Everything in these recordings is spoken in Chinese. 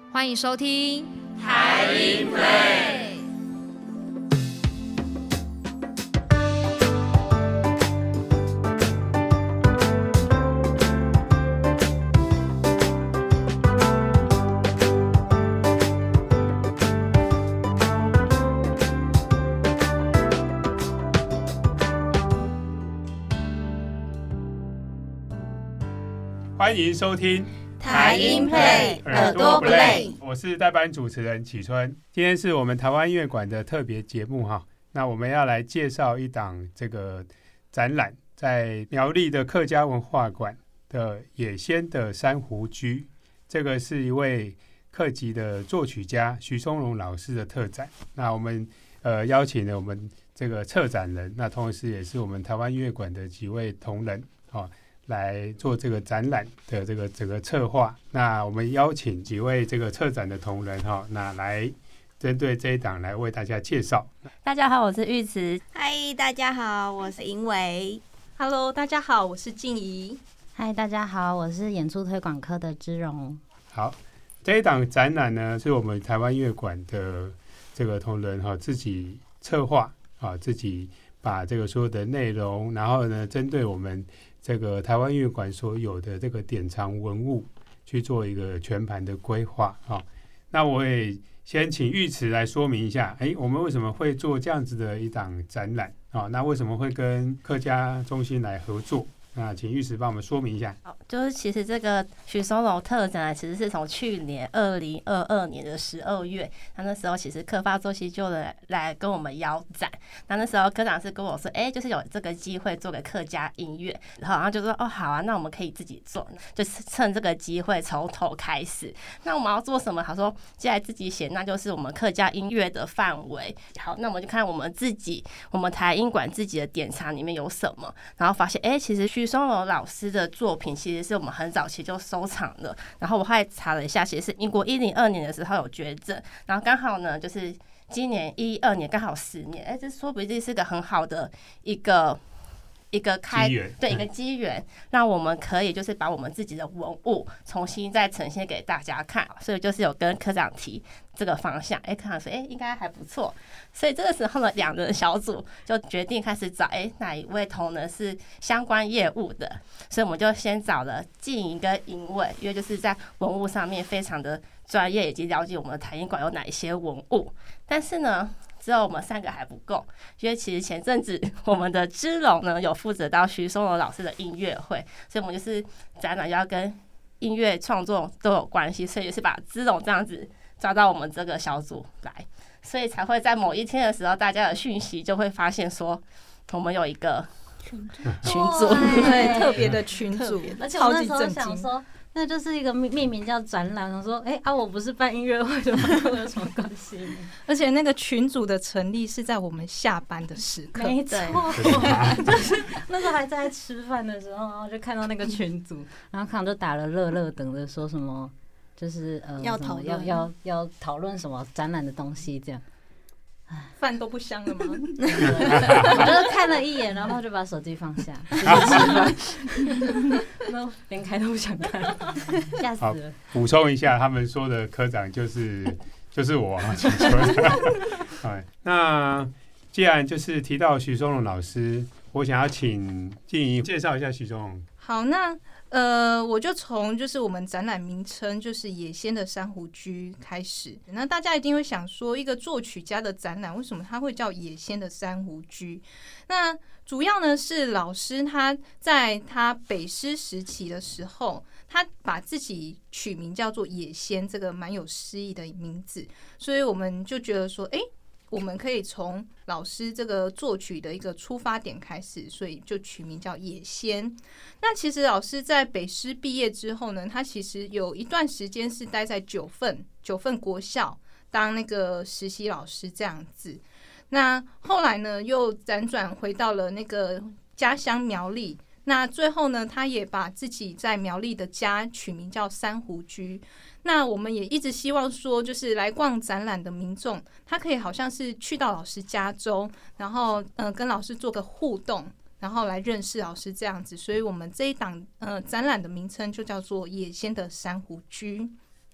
欢迎收听台音 Play。 欢迎收听台音 Play， 耳朵不累。 我是代班主持人启春，今天是我们台湾音乐馆的特别节目哈。那我们要来介绍一档这个展览，在苗栗的客家文化馆的野仙的珊瑚居，这个是一位客籍的作曲家徐松荣老师的特展。那我们邀请了我们这个策展人，那同时也是我们台湾音乐馆的几位同仁来做这个展览的这个整个策划。那我们邀请几位这个策展的同仁那来针对这一档来为大家介绍。 大家好，我是玉慈。 嗨，大家好，我是银维。 Hello， 大家好，我是静怡。 嗨，大家好，我是演出推广科的芝荣。 好，这一档展览呢，是我们台湾音乐馆的这个同仁自己策划自己把这个所有的内容，然后呢，针对我们这个台湾音乐馆所有的这个典藏文物去做一个全盘的规划那我也先请玉慈来说明一下，我们为什么会做这样子的一档展览那为什么会跟客家中心来合作？那请玉慈帮我们说明一下。 就是其实这个徐松荣特展其实是从去年2022年的12月，那时候其实客发中心就来跟我们邀展，那时候科长是跟我说，就是有这个机会做个客家音乐，然后就说好啊，那我们可以自己做，就是趁这个机会从头开始。那我们要做什么？他说既然自己写，那就是我们客家音乐的范围。好，那我们就看我们台音馆自己的典藏里面有什么，然后发现其实徐松荣老师的作品其实是我们很早期就收藏的，然后我还查了一下，其实是民国102年的时候有捐赠，然后刚好呢就是今年12年刚好10年，这说不定是个很好的一个机缘，让我们可以就是把我们自己的文物重新再呈现给大家看，所以就是有跟科长提这个方向，科长说应该还不错，所以这个时候呢2人小组就决定开始找哪一位同仁是相关业务的，所以我们就先找了静怡跟银伟，因为就是在文物上面非常的专业，以及了解我们的台音馆有哪一些文物，但是呢只有我们3个还不够，因为其实前阵子我们的芝龙呢有负责到徐松荣老师的音乐会，所以我们就是展览要跟音乐创作都有关系，所以就是把芝龙这样子抓到我们这个小组来，所以才会在某一天的时候，大家的讯息就会发现说我们有一个群组， 对，特别的群组， 而且我那时候想说那就是一个命名叫展览，我说我不是办音乐会的吗？跟我有什么关系呢？ 而且那个群组的成立是在我们下班的时刻， 没错，就是那时候还在吃饭的时候，然后就看到那个群组，然后看到就打了热等着说什么，就是要讨论什么展览的东西这样。 饭都不香了吗？ 我就看了一眼，然后就把手机放下，吃饭，那连开都不想看，吓死了。 补充一下，他们说的科长就是我请说的。那既然就是提到徐松荣老师，我想要请静怡介绍一下徐松荣。 好，那我就从就是我们展览名称就是野仙的珊瑚居开始。那大家一定会想说，一个作曲家的展览为什么他会叫野仙的珊瑚居？那主要呢是老师他在他北师时期的时候，他把自己取名叫做野仙，这个蛮有诗意的名字，所以我们就觉得说我们可以从老师这个作曲的一个出发点开始，所以就取名叫野仙。那其实老师在北师毕业之后呢，他其实有一段时间是待在九份国校当那个实习老师这样子。那后来呢，又辗转回到了那个家乡苗栗。那最后呢，他也把自己在苗栗的家取名叫珊瑚居。那我们也一直希望说，就是来逛展览的民众，他可以好像是去到老师家中，然后跟老师做个互动，然后来认识老师这样子。所以我们这一档展览的名称就叫做野仙的珊瑚居。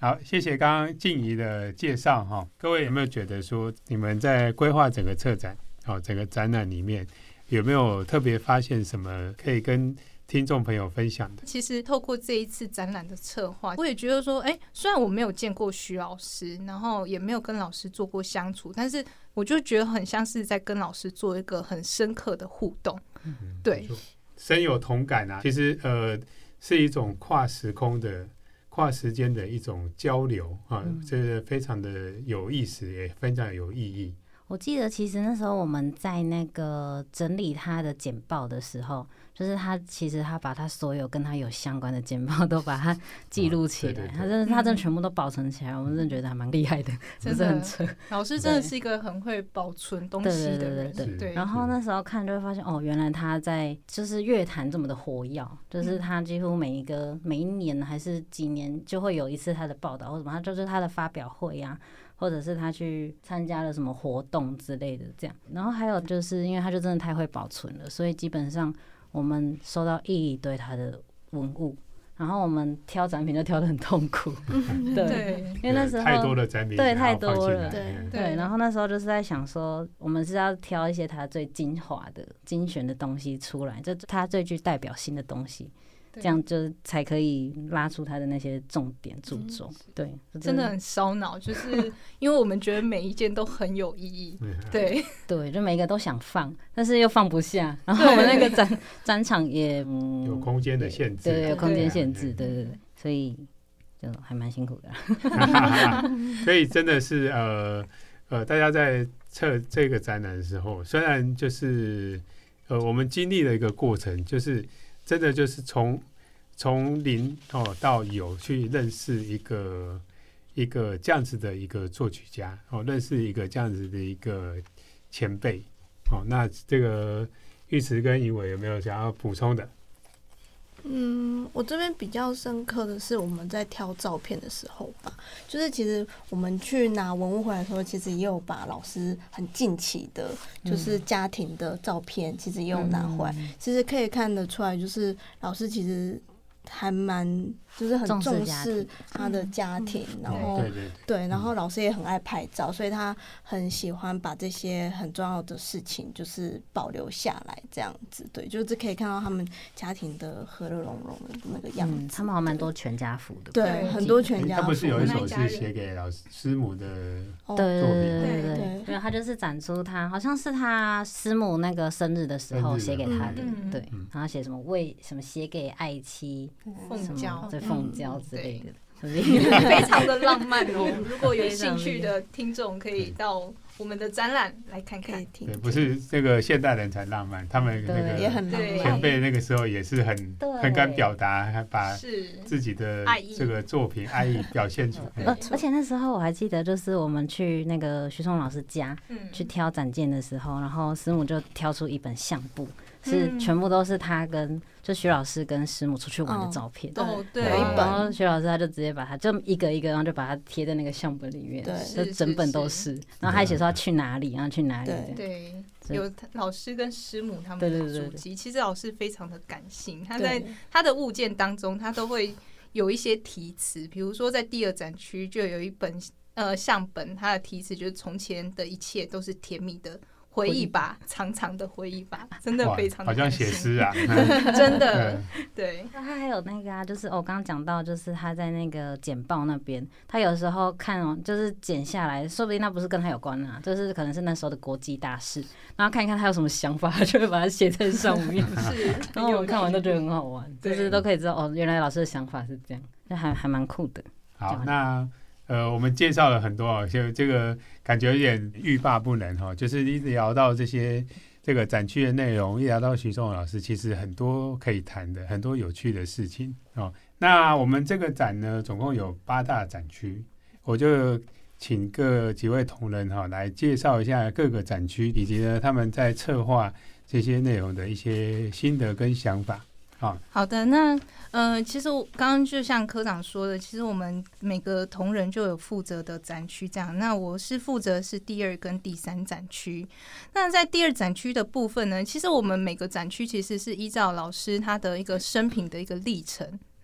好，谢谢刚刚静怡的介绍哈。各位有没有觉得说，你们在规划整个策展，整个展览里面，有没有特别发现什么可以跟听众朋友分享的？ 其实透过这一次展览的策划，我也觉得说，虽然我没有见过徐老师，然后也没有跟老师做过相处，但是我就觉得很像是在跟老师做一个很深刻的互动。对， 深有同感啊。其实是一种跨时空的、跨时间的一种交流啊，这个非常的有意思，也非常有意义。 我记得其实那时候我们在那个整理他的简报的时候，就是其实他把他所有跟他有相关的简报都把它记录起来， 对对对， 他真的全部都保存起来，我们真的觉得还蛮厉害的，真的很扯。 老师真的是一个很会保存东西的人。 对。然后那时候看就会发现，原来他在就是乐坛这么的活跃，就是他几乎每一年还是几年就会有一次他的报道或什么，他就是他的发表会啊。或者是他去参加了什么活动之类的这样，然后还有就是因为他就真的太会保存了，所以基本上我们收到一堆他的文物，然后我们挑展品就挑得很痛苦，对，因为那时候太多的展品， 对，太多了， 对， 然后那时候就是在想说，我们是要挑一些他最精华的、精选的东西出来，就他最具代表性的东西。这样就才可以拉出他的那些重点注重，对， 真的很烧脑，就是因为我们觉得每一件都很有意义，对， 就每一个都想放，但是又放不下，然后我们那个展场也有空间的限制， 对，有空间限制，对，所以就还蛮辛苦的。 所以真的是大家在测这个展览的时候，虽然就是我们经历了一个过程，就是真的就是从零到有去认识一个这样子的一个作曲家认识一个这样子的一个前辈那这个玉慈跟尹伟有没有想要补充的？ 我这边比较深刻的是我们在挑照片的时候吧，就是其实我们去拿文物回来的时候，其实也有把老师很近期的，就是家庭的照片，其实也有拿回来。其实可以看得出来，就是老师其实还蛮就是很重视他的家庭，然后对，然后老师也很爱拍照，所以他很喜欢把这些很重要的事情就是保留下来，这样子，对，就是可以看到他们家庭的和乐融融的那个样子。 他们还蛮多全家福的， 对，很多全家福。 他不是有一首是写给师母的作品？ 对，因为他就是展出他好像是他师母那个生日的时候写给他的，对，然后写什么什么写给爱妻凤娇， 对，凤娇之类的， 非常的浪漫哦。如果有兴趣的听众，可以到我们的展览来看看。 对，不是这个现代人才浪漫，他们那个也很浪漫， 前辈那个时候也是很敢表达，还把自己的这个作品爱意表现出来。 而且那时候我还记得，就是我们去那个徐松老师家去挑展件的时候，然后师母就挑出一本相簿。是全部都是他跟就徐老师跟师母出去玩的照片， 对， 然后徐老师他就直接把它就一个一个，然后就把它贴在那个相本里面，就整本都是，然后还写说他去哪里，然后去哪里， 对，有老师跟师母他们的足迹。其实老师非常的感性，他在他的物件当中，他都会有一些题词，比如说在第2展区就有一本相本，它的题词就是从前的一切都是甜蜜的。回忆吧，长长的回忆吧，真的非常的好像写诗啊， 真的。对， 他还有那个啊，就是我刚刚讲到，就是他在那个简报那边，他有时候看就是剪下来，说不定那不是跟他有关啊，就是可能是那时候的国际大事，然后看一看他有什么想法，他就会把它写在上面。 是， 然后我们看完都觉得很好玩，就是都可以知道原来老师的想法是这样，就还蛮酷的。 好，那。我们介绍了很多就这个感觉有点欲罢不能就是一直聊到这个展区的内容，一聊到徐仲老师，其实很多可以谈的，很多有趣的事情那我们这个展呢，总共有8大展区，我就请几位同仁来介绍一下各个展区，以及呢他们在策划这些内容的一些心得跟想法。 好的，那其实刚刚就像科长说的，其实我们每个同仁就有负责的展区这样。那我是负责是第2跟第3展区。那在第2展区的部分呢，其实我们每个展区其实是依照老师他的一个生平的一个历程，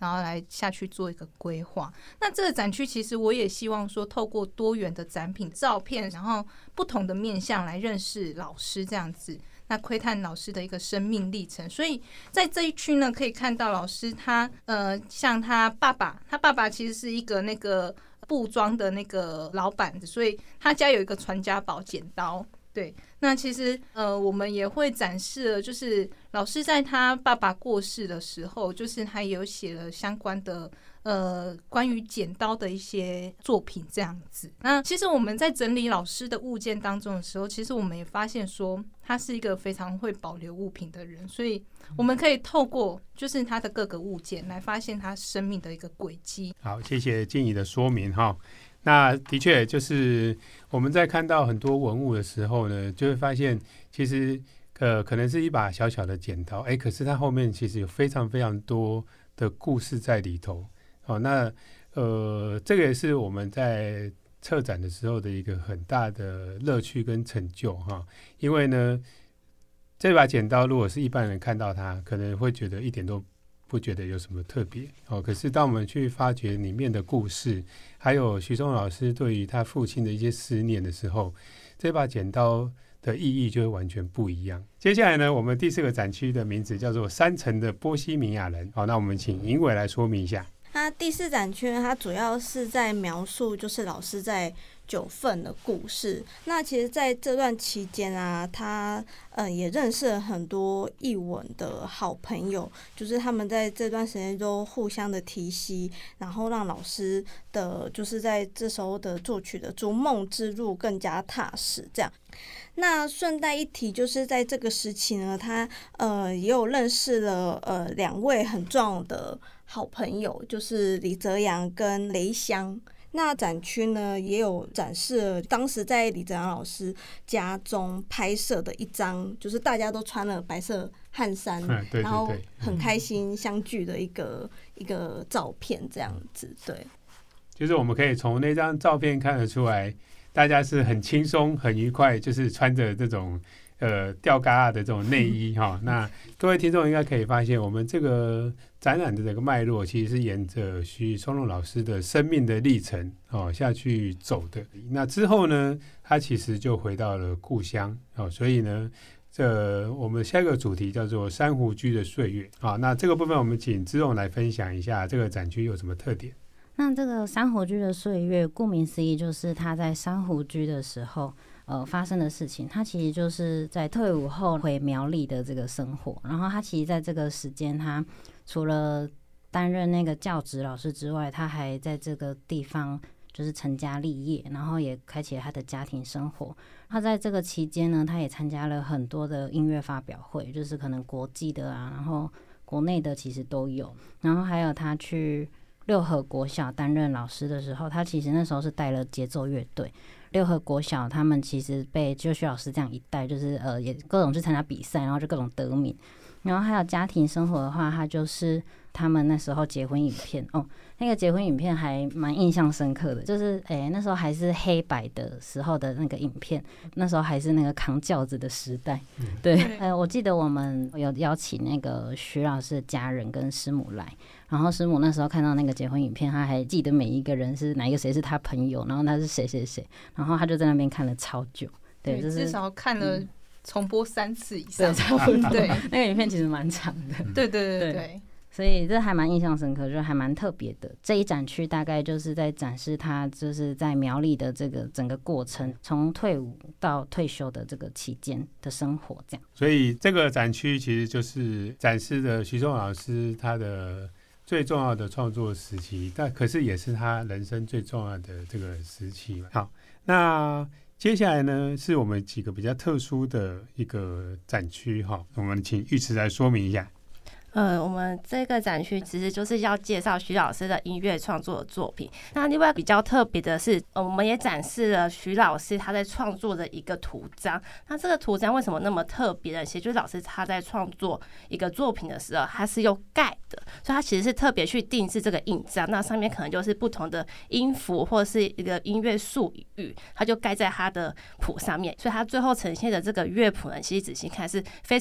然后来下去做一个规划。那这个展区其实我也希望说，透过多元的展品、照片，然后不同的面向来认识老师这样子。那窥探老师的一个生命历程，所以在这一区呢，可以看到老师他像他爸爸其实是一个那个布庄的那个老板，所以他家有一个传家宝剪刀。对，那其实我们也会展示了，就是老师在他爸爸过世的时候，就是他也有写了相关的关于剪刀的一些作品这样子。那其实我们在整理老师的物件当中的时候，其实我们也发现说他是一个非常会保留物品的人，所以我们可以透过就是他的各个物件来发现他生命的一个轨迹。 好，谢谢静怡的说明哈。那的确就是我们在看到很多文物的时候呢，就会发现其实可能是一把小小的剪刀，可是它后面其实有非常非常多的故事在里头。好，那这个也是我们在策展的时候的一个很大的乐趣跟成就哈。因为呢，这把剪刀如果是一般人看到它，可能会觉得一点都不觉得有什么特别哦。可是当我们去发掘里面的故事，还有徐松老师对于他父亲的一些思念的时候，这把剪刀的意义就会完全不一样。接下来呢，我们第4个展区的名字叫做山城的波西米亚人。好，那我们请尹伟来说明一下。 那第4展区呢，它主要是在描述就是老师在9份的故事。那其实在这段期间啊，他也认识了很多艺文的好朋友，就是他们在这段时间都互相的提携，然后让老师的就是在这时候的作曲的逐梦之路更加踏实这样。那顺带一提，就是在这个时期呢，他也有认识了2位很重要的好朋友，就是李泽阳跟雷香。那展区呢也有展示了当时在李泽阳老师家中拍摄的一张，就是大家都穿了白色汗衫， 对， 然后很开心相聚的一个照片这样子。对， 就是我们可以从那张照片看得出来，大家是很轻松很愉快，就是穿着这种吊嘎的这种内衣哈。那各位听众应该可以发现，我们这个展览的这个脉络其实是沿着徐松龙老师的生命的历程下去走的。那之后呢，他其实就回到了故乡所以呢，我们下一个主题叫做珊瑚居的岁月。好，那这个部分我们请姿蓉来分享一下这个展区有什么特点。 那这个珊瑚居的岁月，顾名思义就是他在珊瑚居的时候发生的事情。他其实就是在退伍后回苗栗的这个生活，然后他其实在这个时间，他除了担任那个教职老师之外，他还在这个地方就是成家立业，然后也开启了他的家庭生活。他在这个期间呢，他也参加了很多的音乐发表会，就是可能国际的啊，然后国内的其实都有。然后还有他去六合国小担任老师的时候，他其实那时候是带了节奏乐队。六合国小他们其实被就徐老师这样一带，就是也各种去参加比赛，然后就各种得名。然后还有家庭生活的话，他就是他们那时候结婚影片那个结婚影片还蛮印象深刻的，就是那时候还是黑白的时候的那个影片，那时候还是那个扛轿子的时代。对，我记得我们有邀请那个徐老师的家人跟师母来，然后师母那时候看到那个结婚影片，他还记得每一个人是哪一个谁是他朋友，然后他是谁谁谁，然后他就在那边看了超久。对，就是至少看了重播3次以上。 对，差不多。 对， 那个影片其实蛮长的。 对。 所以这还蛮印象深刻，就还蛮特别的。这一展区大概就是在展示他就是在苗栗的这个整个过程，从退伍到退休的这个期间的生活这样。 所以这个展区其实就是展示的徐松老师他的最重要的创作时期，但可是也是他人生最重要的这个时期。好，那接下来呢是我们几个比较特殊的一个展区哈，我们请玉池来说明一下。 我们这个展区其实就是要介绍徐老师的音乐创作的作品。那另外比较特别的是，我们也展示了徐老师他在创作的一个图章。那这个图章为什么那么特别呢？其实就是老师他在创作一个作品的时候，他是用盖的，所以他其实是特别去定制这个印章。那上面可能就是不同的音符或者是一个音乐术语，他就盖在他的谱上面。所以他最后呈现的这个乐谱呢，其实仔细看是非常的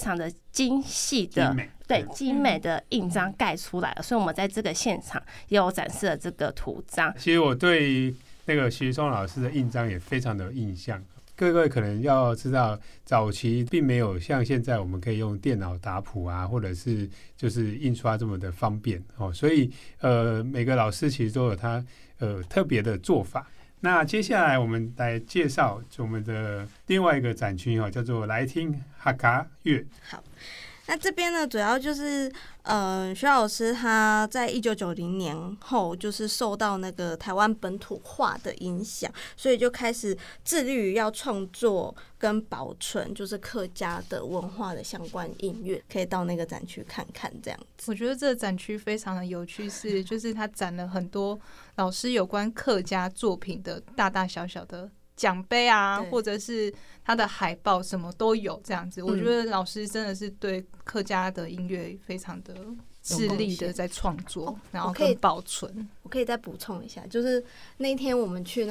精细的精美的印章盖出来了，所以我们在这个现场也有展示了这个图章。 其实我对那个徐松老师的印章也非常的有印象。各位可能要知道，早期并没有像现在我们可以用电脑打谱啊，或者是就是印刷这么的方便哦，所以每个老师其实都有他特别的做法。那接下来我们来介绍我们的另外一个展区叫做来听哈卡乐。 好，那这边呢，主要就是徐老师他在1990年后，就是受到那个台湾本土化的影响，所以就开始致力于要创作跟保存，就是客家的文化的相关音乐，可以到那个展区看看这样子。 我觉得这个展区非常的有趣，就是它展了很多老师有关客家作品的大大小小的奖杯啊，或者是他的海报，什么都有这样子。我觉得老师真的是对客家的音乐非常的致力的在创作，然后跟保存。 我可以再补充一下，就是那一天我们去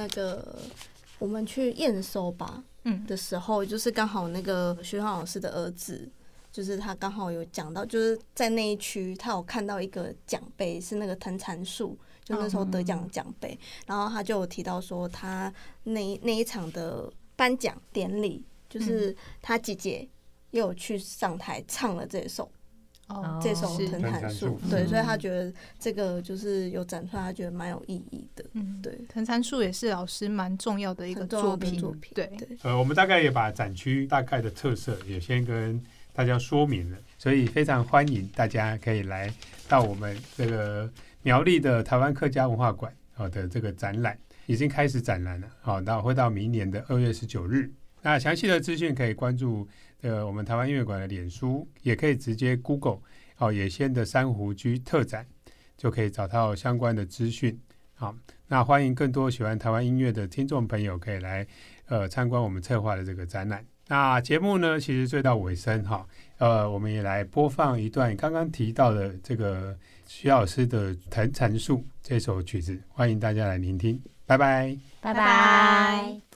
验收吧的时候，就是刚好那个徐浩老师的儿子，就是他刚好有讲到，就是在那一区他有看到一个奖杯，是那个藤缠树，就那时候得奖的奖杯，然后他就有提到说他那一场的颁奖典礼，就是他姐姐也有去上台唱了这首藤缠树，对，所以他觉得这个就是有展出来，他觉得蛮有意义的。对， 藤缠树也是老师蛮重要的一个作品。对， 我们大概也把展区大概的特色也先跟大家说明了，所以非常欢迎大家可以来到我们这个苗栗的台湾客家文化馆的这个展览，已经开始展览了，好，那会到明年的2月19日。那详细的资讯可以关注我们台湾音乐馆的脸书，也可以直接 Google 野仙的珊瑚居特展，就可以找到相关的资讯。好，那欢迎更多喜欢台湾音乐的听众朋友可以来参观我们策划的这个展览。那节目呢，其实最到尾声我们也来播放一段刚刚提到的这个徐老师的《藤缠树》这首曲子，欢迎大家来聆听。拜拜， 拜拜。